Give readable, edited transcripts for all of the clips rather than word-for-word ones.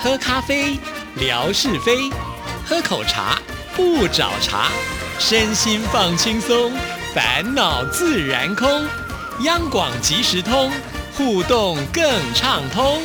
喝咖啡，聊是非；喝口茶，不找茬。身心放轻松，烦恼自然空。央广即时通，互动更畅通。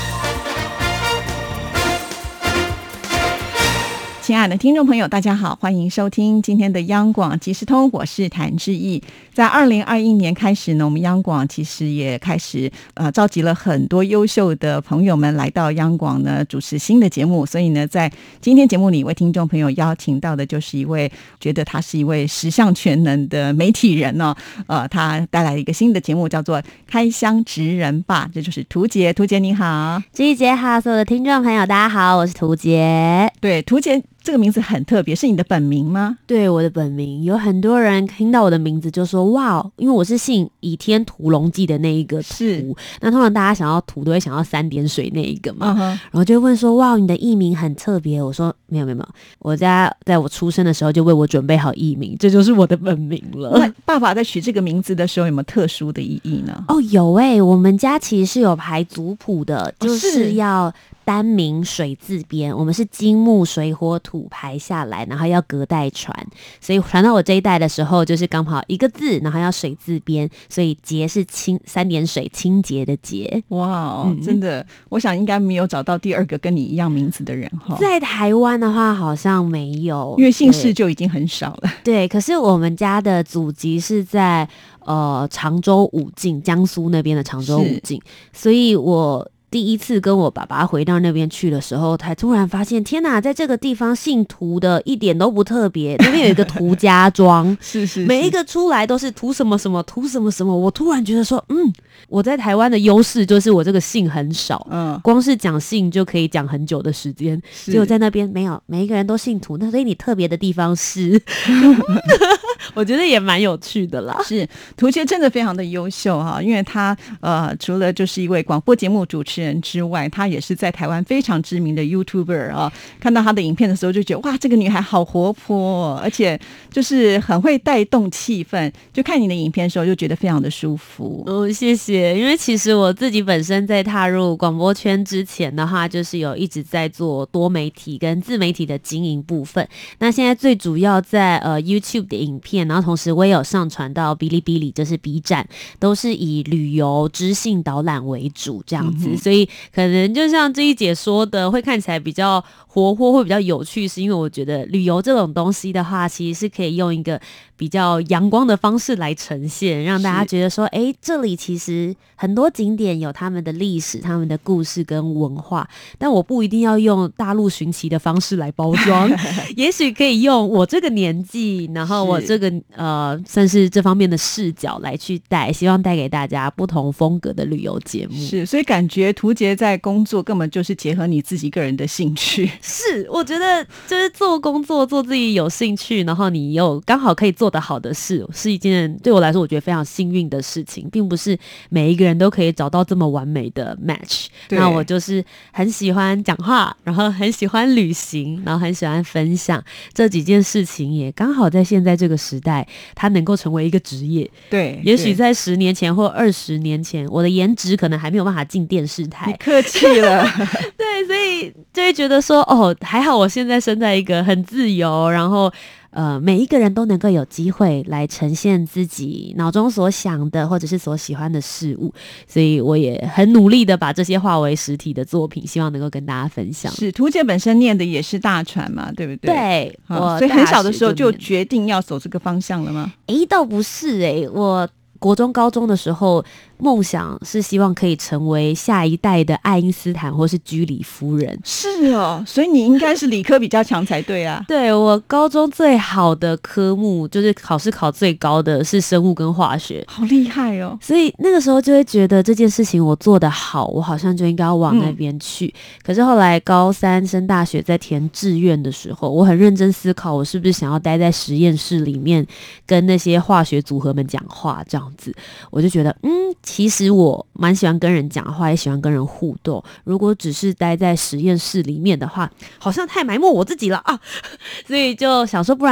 亲爱的听众朋友，大家好，欢迎收听今天的央广即时通，我是谭志毅。在2021年开始呢，我们央广其实也开始召集了很多优秀的朋友们来到央广呢主持新的节目，所以呢，在今天节目里为听众朋友邀请到的就是一位觉得他是一位十项全能的媒体人哦，他带来一个新的节目叫做开箱职人吧，这就是涂杰。涂杰你好。 志毅姐好，所有的听众朋友大家好，我是涂杰。 对，涂杰这个名字很特别，是你的本名吗？ 对，我的本名。有很多人听到我的名字就说哇，因为我是姓倚天屠龙记的那一个屠，那通常大家想要屠都会想要三点水那一个嘛，然后就会问说哇，你的艺名很特别。我说没有，我家在我出生的时候就为我准备好艺名，这就是我的本名了。 那爸爸在取这个名字的时候有没有特殊的意义呢？ 哦，有我们家其实是有排族谱的，就是要单名水字边，我们是金木水火土排下来，然后要隔代传，所以传到我这一代的时候就是刚好一个字，然后要水字边，所以洁是三点水，清洁的洁。 哇，真的，我想应该没有找到第二个跟你一样名字的人哈。 在台湾的话好像没有， 因为姓氏就已经很少了。 对，可是我们家的祖籍是在常州武进，江苏那边的常州武进，所以我第一次跟我爸爸回到那边去的时候，才突然发现，天哪，在这个地方姓涂的一点都不特别。那边有一个涂家庄， 是， 每一个出来都是涂什么什么，涂什么什么。我突然觉得说，我在台湾的优势就是我这个姓很少，光是讲姓就可以讲很久的时间。结果在那边没有，每一个人都姓涂，那所以你特别的地方是，我觉得也蛮有趣的啦。 是，涂杰真的非常的优秀哈，因为他除了就是一位广播节目主持人之外，他也是在台湾非常知名的 YouTuber 啊。看到他的影片的时候就觉得哇，这个女孩好活泼，而且就是很会带动气氛，就看你的影片的时候就觉得非常的舒服。 谢谢。因为其实我自己本身在踏入广播圈之前的话，就是有一直在做多媒体跟自媒体的经营部分。那现在最主要在YouTube 的影片，然后同时我也有上传到哔哩哔哩，就是 B 站，都是以旅游知性导览为主这样子。所以可能就像这一姐说的，会看起来比较活泼，会比较有趣，是因为我觉得旅游这种东西的话，其实是可以用一个比较阳光的方式来呈现，让大家觉得说这里其实很多景点有他们的历史、他们的故事跟文化，但我不一定要用大陆寻奇的方式来包装也许可以用我这个年纪，然后我这个算是这方面的视角来去希望带给大家不同风格的旅游节目。 是，所以感觉涂杰在工作根本就是结合你自己个人的兴趣。 是，我觉得就是做工作做自己有兴趣，然后你有刚好可以做得好的事，是一件对我来说我觉得非常幸运的事情，并不是每一个人都可以找到这么完美的 match。 那我就是很喜欢讲话，然后很喜欢旅行，然后很喜欢分享，这几件事情也刚好在现在这个时代它能够成为一个职业。 对， 也许在10年前或20年前，我的颜值可能还没有办法进电视台。 你客气了对，所以就会觉得说还好我现在生在一个很自由，然后每一个人都能够有机会来呈现自己脑中所想的或者是所喜欢的事物，所以我也很努力的把这些化为实体的作品，希望能够跟大家分享。 是，涂杰本身念的也是大传嘛，对不对？ 对， 所以很小的时候就决定要走这个方向了吗？ 倒不是我国中高中的时候梦想是希望可以成为下一代的爱因斯坦或是居里夫人。 是哦，所以你应该是理科比较强才对啊。 对，我高中最好的科目就是考试考最高的是生物跟化学。 好厉害哦。 所以那个时候就会觉得这件事情我做得好，我好像就应该要往那边去。可是后来高3升大学在填志愿的时候，我很认真思考我是不是想要待在实验室里面跟那些化学组合们讲话这样子。我就觉得其实我蛮喜欢跟人讲话，也喜欢跟人互动，如果只是待在实验室里面的话好像太埋没我自己了啊，所以就想说不然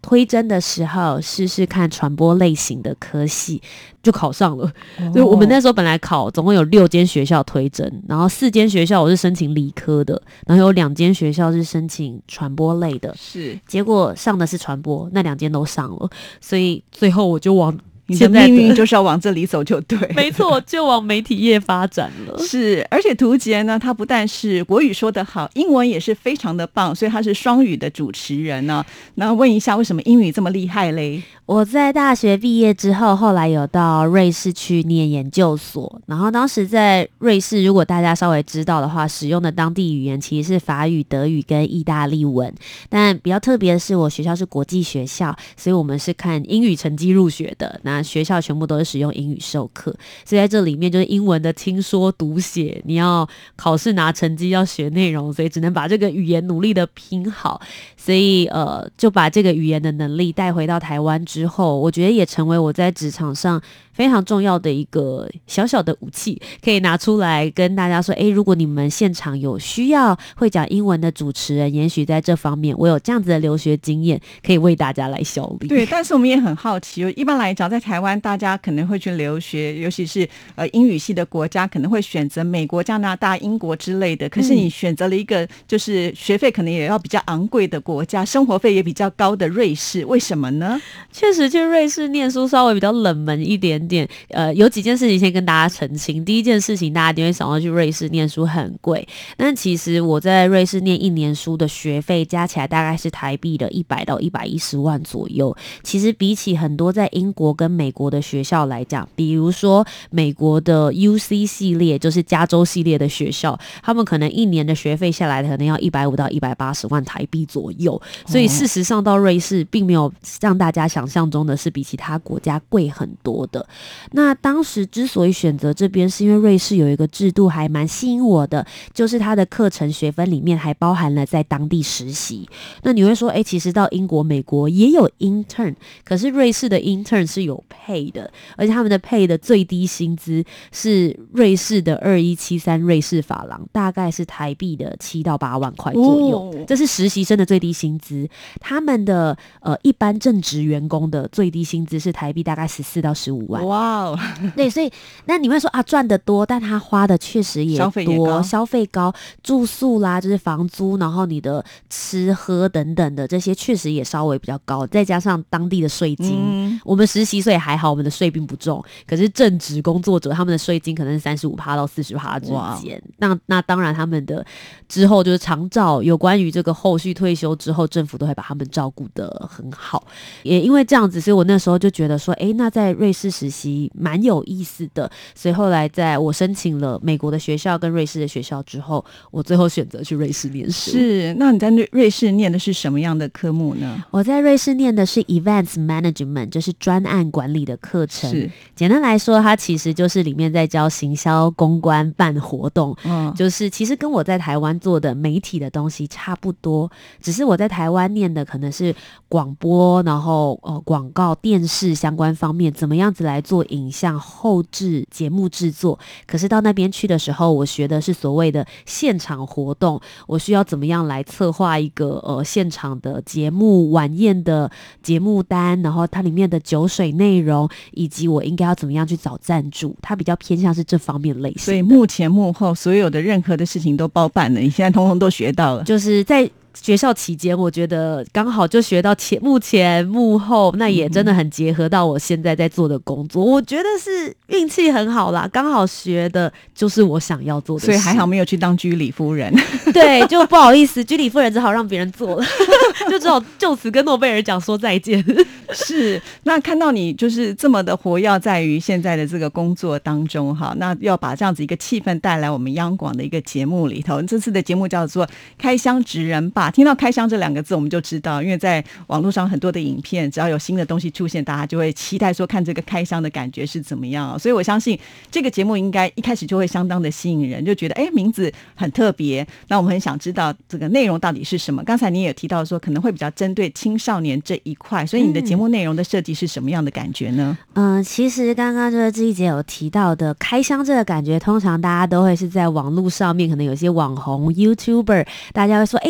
推甄的时候试试看传播类型的科系，就考上了。所以我们那时候本来考总共有6间学校推甄，然后4间学校我是申请理科的，然后有2间学校是申请传播类的， 是结果上的是传播，那2间都上了，所以最后我就往你的命运就是要往这里走就对， 没错，就往媒体业发展了。 是，而且涂杰呢，他不但是国语说得好，英文也是非常的棒，所以他是双语的主持人呢。那问一下，为什么英语这么厉害嘞？ 我在大学毕业之后，后来有到瑞士去念研究所，然后当时在瑞士，如果大家稍微知道的话，使用的当地语言其实是法语、德语跟意大利文。但比较特别的是，我学校是国际学校，所以我们是看英语成绩入学的。那学校全部都是使用英语授课，所以在这里面就是英文的听说读写，你要考试拿成绩，要学内容，所以只能把这个语言努力的拼好。所以就把这个语言的能力带回到台湾之后，我觉得也成为我在职场上非常重要的一个小小的武器，可以拿出来跟大家说，如果你们现场有需要会讲英文的主持人，也许在这方面我有这样子的留学经验，可以为大家来效力。 对，但是我们也很好奇，一般来讲在台湾大家可能会去留学，尤其是英语系的国家可能会选择美国、加拿大、英国之类的，可是你选择了一个就是学费可能也要比较昂贵的国家，生活费也比较高的瑞士，为什么呢？ 确实去瑞士念书稍微比较冷门一点点，有几件事情先跟大家澄清。第一件事情，大家一定会想到去瑞士念书很贵，但其实我在瑞士念1年书的学费加起来大概是台币的100到110万左右。其实比起很多在英国跟美国的学校来讲，比如说美国的 UC 系列，就是加州系列的学校，他们可能1年的学费下来可能要150到180万台币左右。所以事实上到瑞士并没有让大家想象中的是比其他国家贵很多的。那当时之所以选择这边，是因为瑞士有一个制度还蛮吸引我的，就是它的课程学分里面还包含了在当地实习。那你会说其实到英国美国也有 intern， 可是瑞士的 intern 是有pay的，而且他们的pay的最低薪资是瑞士的2173瑞士法郎，大概是台币的7到8万块左右，这是实习生的最低薪资。他们的一般正职员工的最低薪资是台币大概14到15万。 哇哦， 对，所以那你会说赚得多，但他花的确实也多，消费高，住宿啦，就是房租，然后你的吃喝等等的这些确实也稍微比较高，再加上当地的税金，我们实习税还好，我们的税并不重，可是正职工作者他们的税金可能是35%到40%之间。那当然他们的之后就是长照，有关于这个后续退休之后，政府都会把他们照顾得很好。也因为这样子，所以我那时候就觉得说，那在瑞士实习蛮有意思的。所以后来在我申请了美国的学校跟瑞士的学校之后，我最后选择去瑞士念书。 是，那你在瑞士念的是什么样的科目呢？ 我在瑞士念的是 Events Management， 就是专案管理的课程。是，简单来说，它其实就是里面在教行销、公关、办活动，就是其实跟我在台湾做的媒体的东西差不多，只是我在台湾念的可能是广播，然后广告、电视相关方面，怎么样子来做影像后制、节目制作。可是到那边去的时候，我学的是所谓的现场活动，我需要怎么样来策划一个现场的节目、晚宴的节目单，然后它里面的酒水内容，以及我应该要怎么样去找赞助，它比较偏向是这方面类型的。 所以幕前幕后所有的任何的事情都包办了，你现在通通都学到了。 就是在学校期间，我觉得刚好就学到幕前幕后，那也真的很结合到我现在在做的工作。我觉得是运气很好啦，刚好学的就是我想要做的事， 所以还好没有去当居里夫人。 对，就不好意思，居里夫人只好让别人做了，就只好就此跟诺贝尔奖说再见。 是，那看到你就是这么的活跃在于现在的这个工作当中哈，那要把这样子一个气氛带来我们央广的一个节目里头。这次的节目叫做开箱职人吧，听到开箱这2个字我们就知道，因为在网络上很多的影片，只要有新的东西出现，大家就会期待说看这个开箱的感觉是怎么样。所以我相信这个节目应该一开始就会相当的吸引人，就觉得名字很特别，那我们很想知道这个内容到底是什么。刚才你也提到说可能会比较针对青少年这一块，所以你的节目内容的设计是什么样的感觉呢？ 其实刚刚就是志毅姐有提到的开箱这个感觉，通常大家都会是在网络上面，可能有些网红 YouTuber， 大家会说那我们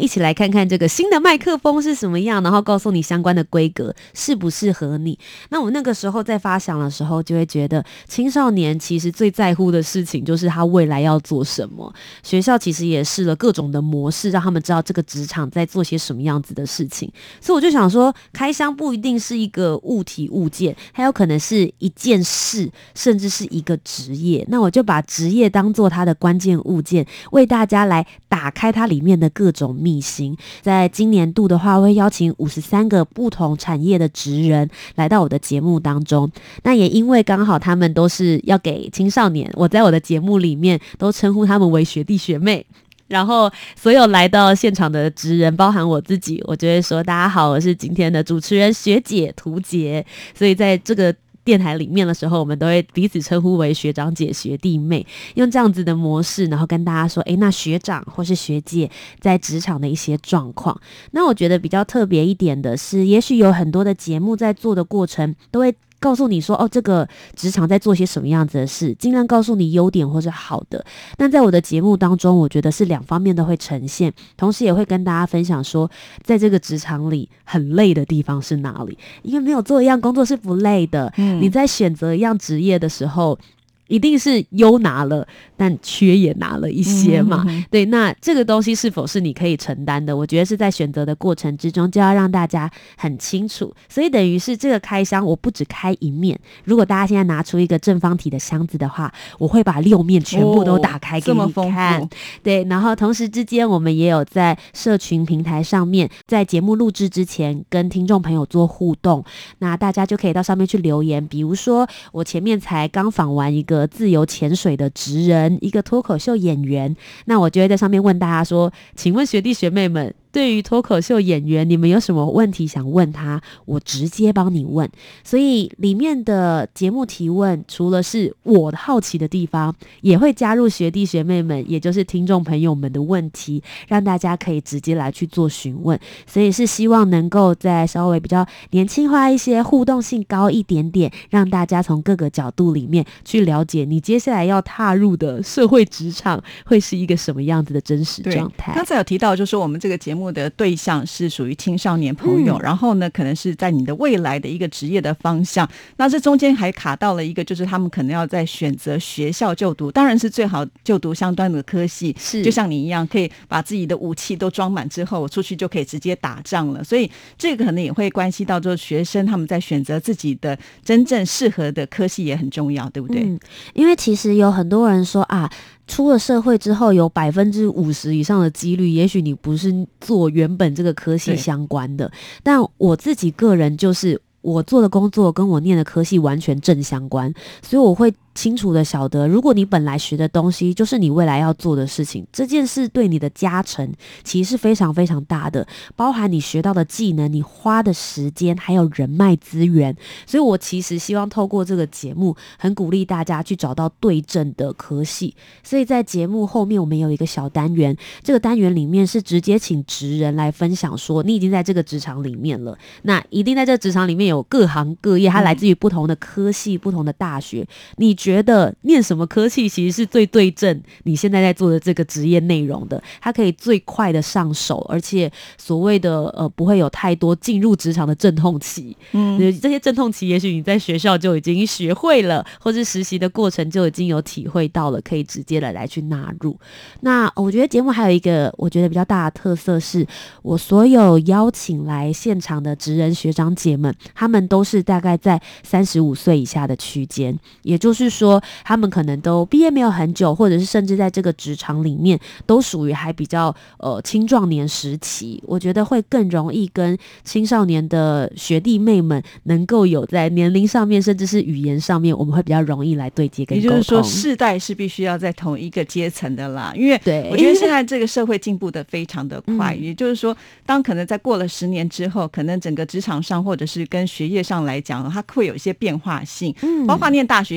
一起来看看这个新的麦克风是什么样，然后告诉你相关的规格适不适合你。那我那个时候在发想的时候，就会觉得青少年其实最在乎的事情就是他未来要做什么。学校其实也试了各种的模式，让他们知道这个职场在做些什么样子的事情。所以我就想说，开箱不一定是一个物体物件，还有可能是一件事，甚至是一个职业。那我就把职业当做它的关键物件，为大家来打开它里面的各种秘辛。在今年度的话，我会邀请53个不同产业的职人来到我的节目当中。那也因为刚好他们都是要给青少年，我在我的节目里面都称呼他们为学弟学妹。然后所有来到现场的职人，包含我自己，我就会说大家好，我是今天的主持人学姐涂洁。所以在这个电台里面的时候，我们都会彼此称呼为学长姐学弟妹，用这样子的模式，然后跟大家说那学长或是学姐在职场的一些状况。那我觉得比较特别一点的是，也许有很多的节目在做的过程都会告诉你说这个职场在做些什么样子的事，尽量告诉你优点或是好的。但在我的节目当中，我觉得是两方面都会呈现，同时也会跟大家分享说，在这个职场里很累的地方是哪里，因为没有做一样工作是不累的。你在选择一样职业的时候，一定是优拿了，但缺也拿了一些嘛。对，那这个东西是否是你可以承担的？我觉得是在选择的过程之中就要让大家很清楚。所以等于是这个开箱，我不只开一面。如果大家现在拿出一个正方体的箱子的话，我会把6面全部都打开给你看。对，然后同时之间，我们也有在社群平台上面，在节目录制之前跟听众朋友做互动，那大家就可以到上面去留言。比如说，我前面才刚访完一个自由潜水的职人，一个脱口秀演员，那我就会在上面问大家说，请问学弟学妹们，对于脱口秀演员，你们有什么问题想问他？我直接帮你问。所以里面的节目提问，除了是我的好奇的地方，也会加入学弟学妹们，也就是听众朋友们的问题，让大家可以直接来去做询问。所以是希望能够在稍微比较年轻化一些，互动性高一点点，让大家从各个角度里面去了解你接下来要踏入的社会职场会是一个什么样子的真实状态。 刚才有提到就是说我们这个节目的对象是属于青少年朋友，然后呢可能是在你的未来的一个职业的方向，那这中间还卡到了一个就是他们可能要在选择学校就读，当然是最好就读相关的科系，就像你一样可以把自己的武器都装满之后，我出去就可以直接打仗了。所以这个可能也会关系到就是学生他们在选择自己的真正适合的科系也很重要，对不对？ 因为其实有很多人说出了社会之后有50%以上的几率，也许你不是做原本这个科系相关的。但我自己个人就是我做的工作跟我念的科系完全正相关，所以我会清楚的晓得，如果你本来学的东西就是你未来要做的事情，这件事对你的加成其实是非常非常大的，包含你学到的技能，你花的时间，还有人脉资源。所以我其实希望透过这个节目，很鼓励大家去找到对症的科系。所以在节目后面我们有一个小单元，这个单元里面是直接请职人来分享说，你已经在这个职场里面了，那一定在这个职场里面有各行各业，它来自于不同的科系，不同的大学，你觉得念什么科系其实是最对症你现在做的这个职业内容的，它可以最快的上手，而且所谓的不会有太多进入职场的阵痛期。这些阵痛期也许你在学校就已经学会了，或是实习的过程就已经有体会到了，可以直接的来去纳入。那我觉得节目还有一个我觉得比较大的特色是，我所有邀请来现场的职人学长姐们，他们都是大概在35岁以下的区间，也就是说他们可能都毕业没有很久，或者是甚至在这个职场里面都属于还比较青壮年时期，我觉得会更容易跟青少年的学弟妹们能够有在年龄上面甚至是语言上面，我们会比较容易来对接跟沟通。也就是说世代是必须要在同一个阶层的啦，因为我觉得现在这个社会进步的非常的快也就是说当可能在过了10年之后，可能整个职场上或者是跟学业上来讲它会有一些变化性，包括念大学也是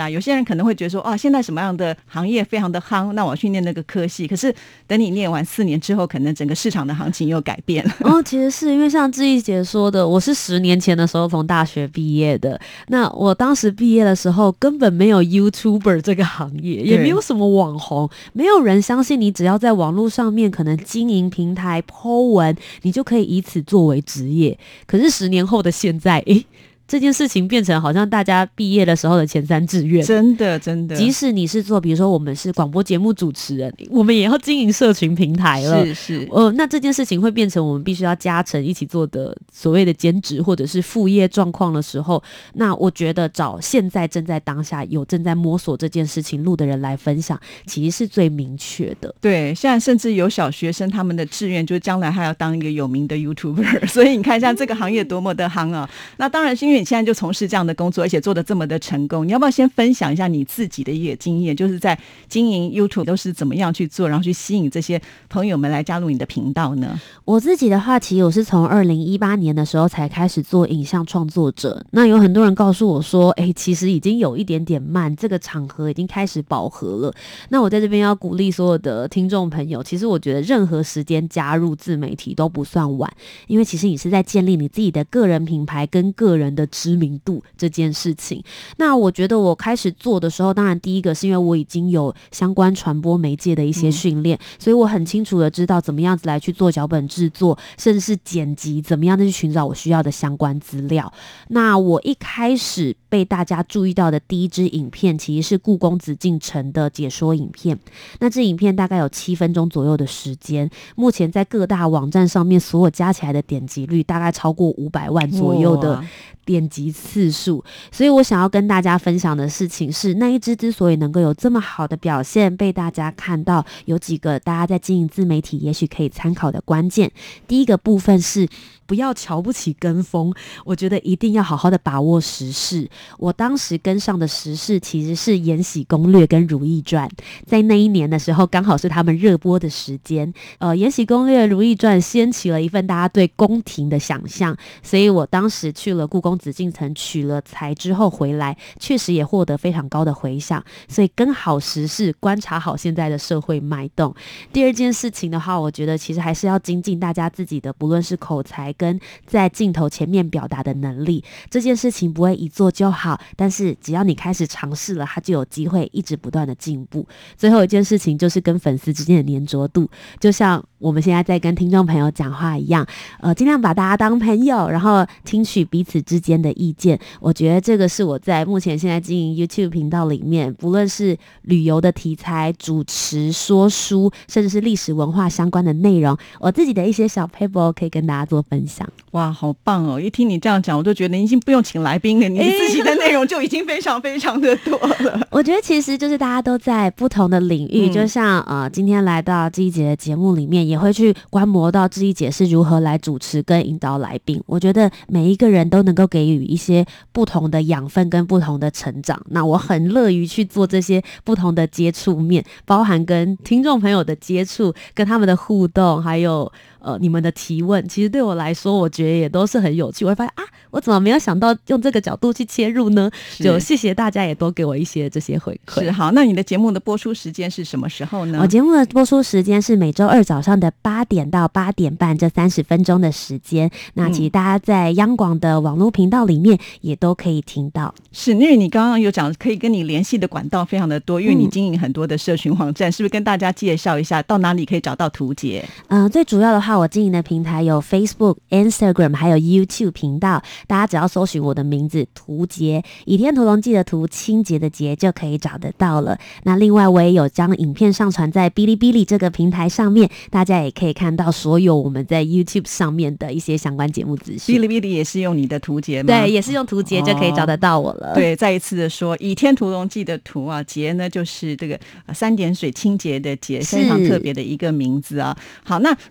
啊，有些人可能会觉得说啊，现在什么样的行业非常的夯，那我去念那个科系，可是等你念完4年之后，可能整个市场的行情又改变了。 其实是因为像志毅姐说的，我是10年前的时候从大学毕业的，那我当时毕业的时候根本没有 YouTuber 这个行业，也没有什么网红，没有人相信你只要在网络上面可能经营平台 po 文，你就可以以此作为职业。可是10年后的现在，这件事情变成好像大家毕业的时候的前3志愿， 真的。 即使你是做，比如说我们是广播节目主持人，我们也要经营社群平台了。 是。 那这件事情会变成我们必须要加成一起做的所谓的兼职或者是副业状况的时候，那我觉得找现在正在当下有正在摸索这件事情路的人来分享，其实是最明确的。 对，现在甚至有小学生他们的志愿就是将来还要当一个有名的 YouTuber， 所以你看像这个行业多么的夯啊！那当然是因为你现在就从事这样的工作，而且做得这么的成功，你要不要先分享一下你自己的一个经验，就是在经营 YouTube 都是怎么样去做，然后去吸引这些朋友们来加入你的频道呢？ 我自己的话，其实我是从2018年的时候才开始做影像创作者。那有很多人告诉我说，其实已经有一点点慢，这个场合已经开始饱和了。那我在这边要鼓励所有的听众朋友，其实我觉得任何时间加入自媒体都不算晚，因为其实你是在建立你自己的个人品牌跟个人的知名度这件事情。那我觉得我开始做的时候，当然第一个是因为我已经有相关传播媒介的一些训练，所以我很清楚的知道怎么样子来去做脚本制作，甚至是剪辑，怎么样的去寻找我需要的相关资料。那我一开始被大家注意到的第一支影片其实是故宫紫禁城的解说影片，那支影片大概有7分钟左右的时间，目前在各大网站上面所有加起来的点击率大概超过500万左右的点击次数。所以我想要跟大家分享的事情是，那一支之所以能够有这么好的表现被大家看到，有几个大家在经营自媒体也许可以参考的关键。第一个部分是不要瞧不起跟风，我觉得一定要好好的把握时事。我当时跟上的时事其实是《延禧攻略》跟《如懿传》，在那一年的时候刚好是他们热播的时间。《延禧攻略》《如懿传》掀起了一份大家对宫廷的想象，所以我当时去了故宫紫禁城取了材之后回来，确实也获得非常高的回响。所以跟好时事，观察好现在的社会脉动。第二件事情的话，我觉得其实还是要精进大家自己的不论是口才跟在镜头前面表达的能力。这件事情不会一做就好，但是只要你开始尝试了，它就有机会一直不断的进步。最后一件事情就是跟粉丝之间的粘着度，就像我们现在在跟听众朋友讲话一样，尽量把大家当朋友，然后听取彼此之间的意见。我觉得这个是我在目前现在经营 YouTube 频道里面，不论是旅游的题材、主持、说书，甚至是历史文化相关的内容，我自己的一些小 paper 可以跟大家做分享。 哇，好棒哦！一听你这样讲，我就觉得你已经不用请来宾了，你自己的内容就已经非常非常的多了。 我觉得其实就是大家都在不同的领域，就像今天来到志毅姐的节目里面，也会去观摩到志毅姐是如何来主持跟引导来宾。我觉得每一个人都能够给予一些不同的养分跟不同的成长。那我很乐于去做这些不同的接触面，包含跟听众朋友的接触，跟他们的互动，还有你们的提问，其实对我来说，我觉得也都是很有趣。我会发现我怎么没有想到用这个角度去切入呢？就谢谢大家也都给我一些这些回馈。 是，好，那你的节目的播出时间是什么时候呢？ 我节目的播出时间是每周2早上的8点到8点半，这30分钟的时间。那其实大家在央广的网络频道里面也都可以听到。 是，因为你刚刚有讲可以跟你联系的管道非常的多，因为你经营很多的社群网站，是不是跟大家介绍一下到哪里可以找到图杰？ 最主要的话，我经营的平台有 Facebook、Instagram 还有 YouTube 频道，大家只要搜寻我的名字图杰，倚天屠龙记的屠，清洁的洁，就可以找得到了。那另外我也有将影片上传在哔哩哔哩这个平台上面，大家也可以看到所有我们在 YouTube 上面的一些相关节目资讯。 哔哩哔哩也是用你的图杰吗？ 对，也是用图杰就可以找得到我了。 对，再一次的说，倚天屠龙记的屠啊，洁呢就是这个3点水清洁的洁，非常特别的一个名字啊。好，那如果说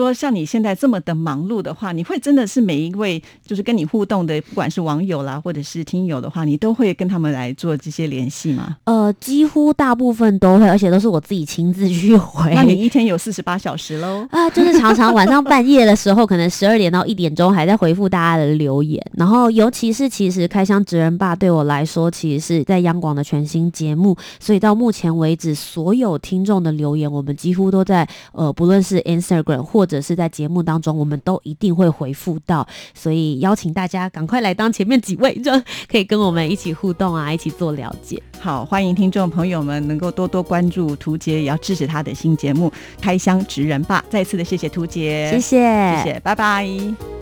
说像你现在这么的忙碌的话，你会真的是每一位就是跟你互动的，不管是网友啦或者是听友的话，你都会跟他们来做这些联系吗？ 几乎大部分都会，而且都是我自己亲自去回。 那你一天有48小时咯就是常常晚上半夜的时候，可能12点到1点钟还在回复大家的留言。然后尤其是其实开箱职人吧对我来说，其实是在央广的全新节目，所以到目前为止所有听众的留言，我们几乎都在不论是 Instagram 或者是在节目当中，我们都一定会回复到。所以邀请大家赶快来当前面几位，就可以跟我们一起互动啊，一起做了解。 好，欢迎听众朋友们能够多多关注屠洁，也要支持他的新节目《开箱职人吧》。再次的谢谢屠洁， 谢谢， 谢谢，拜拜。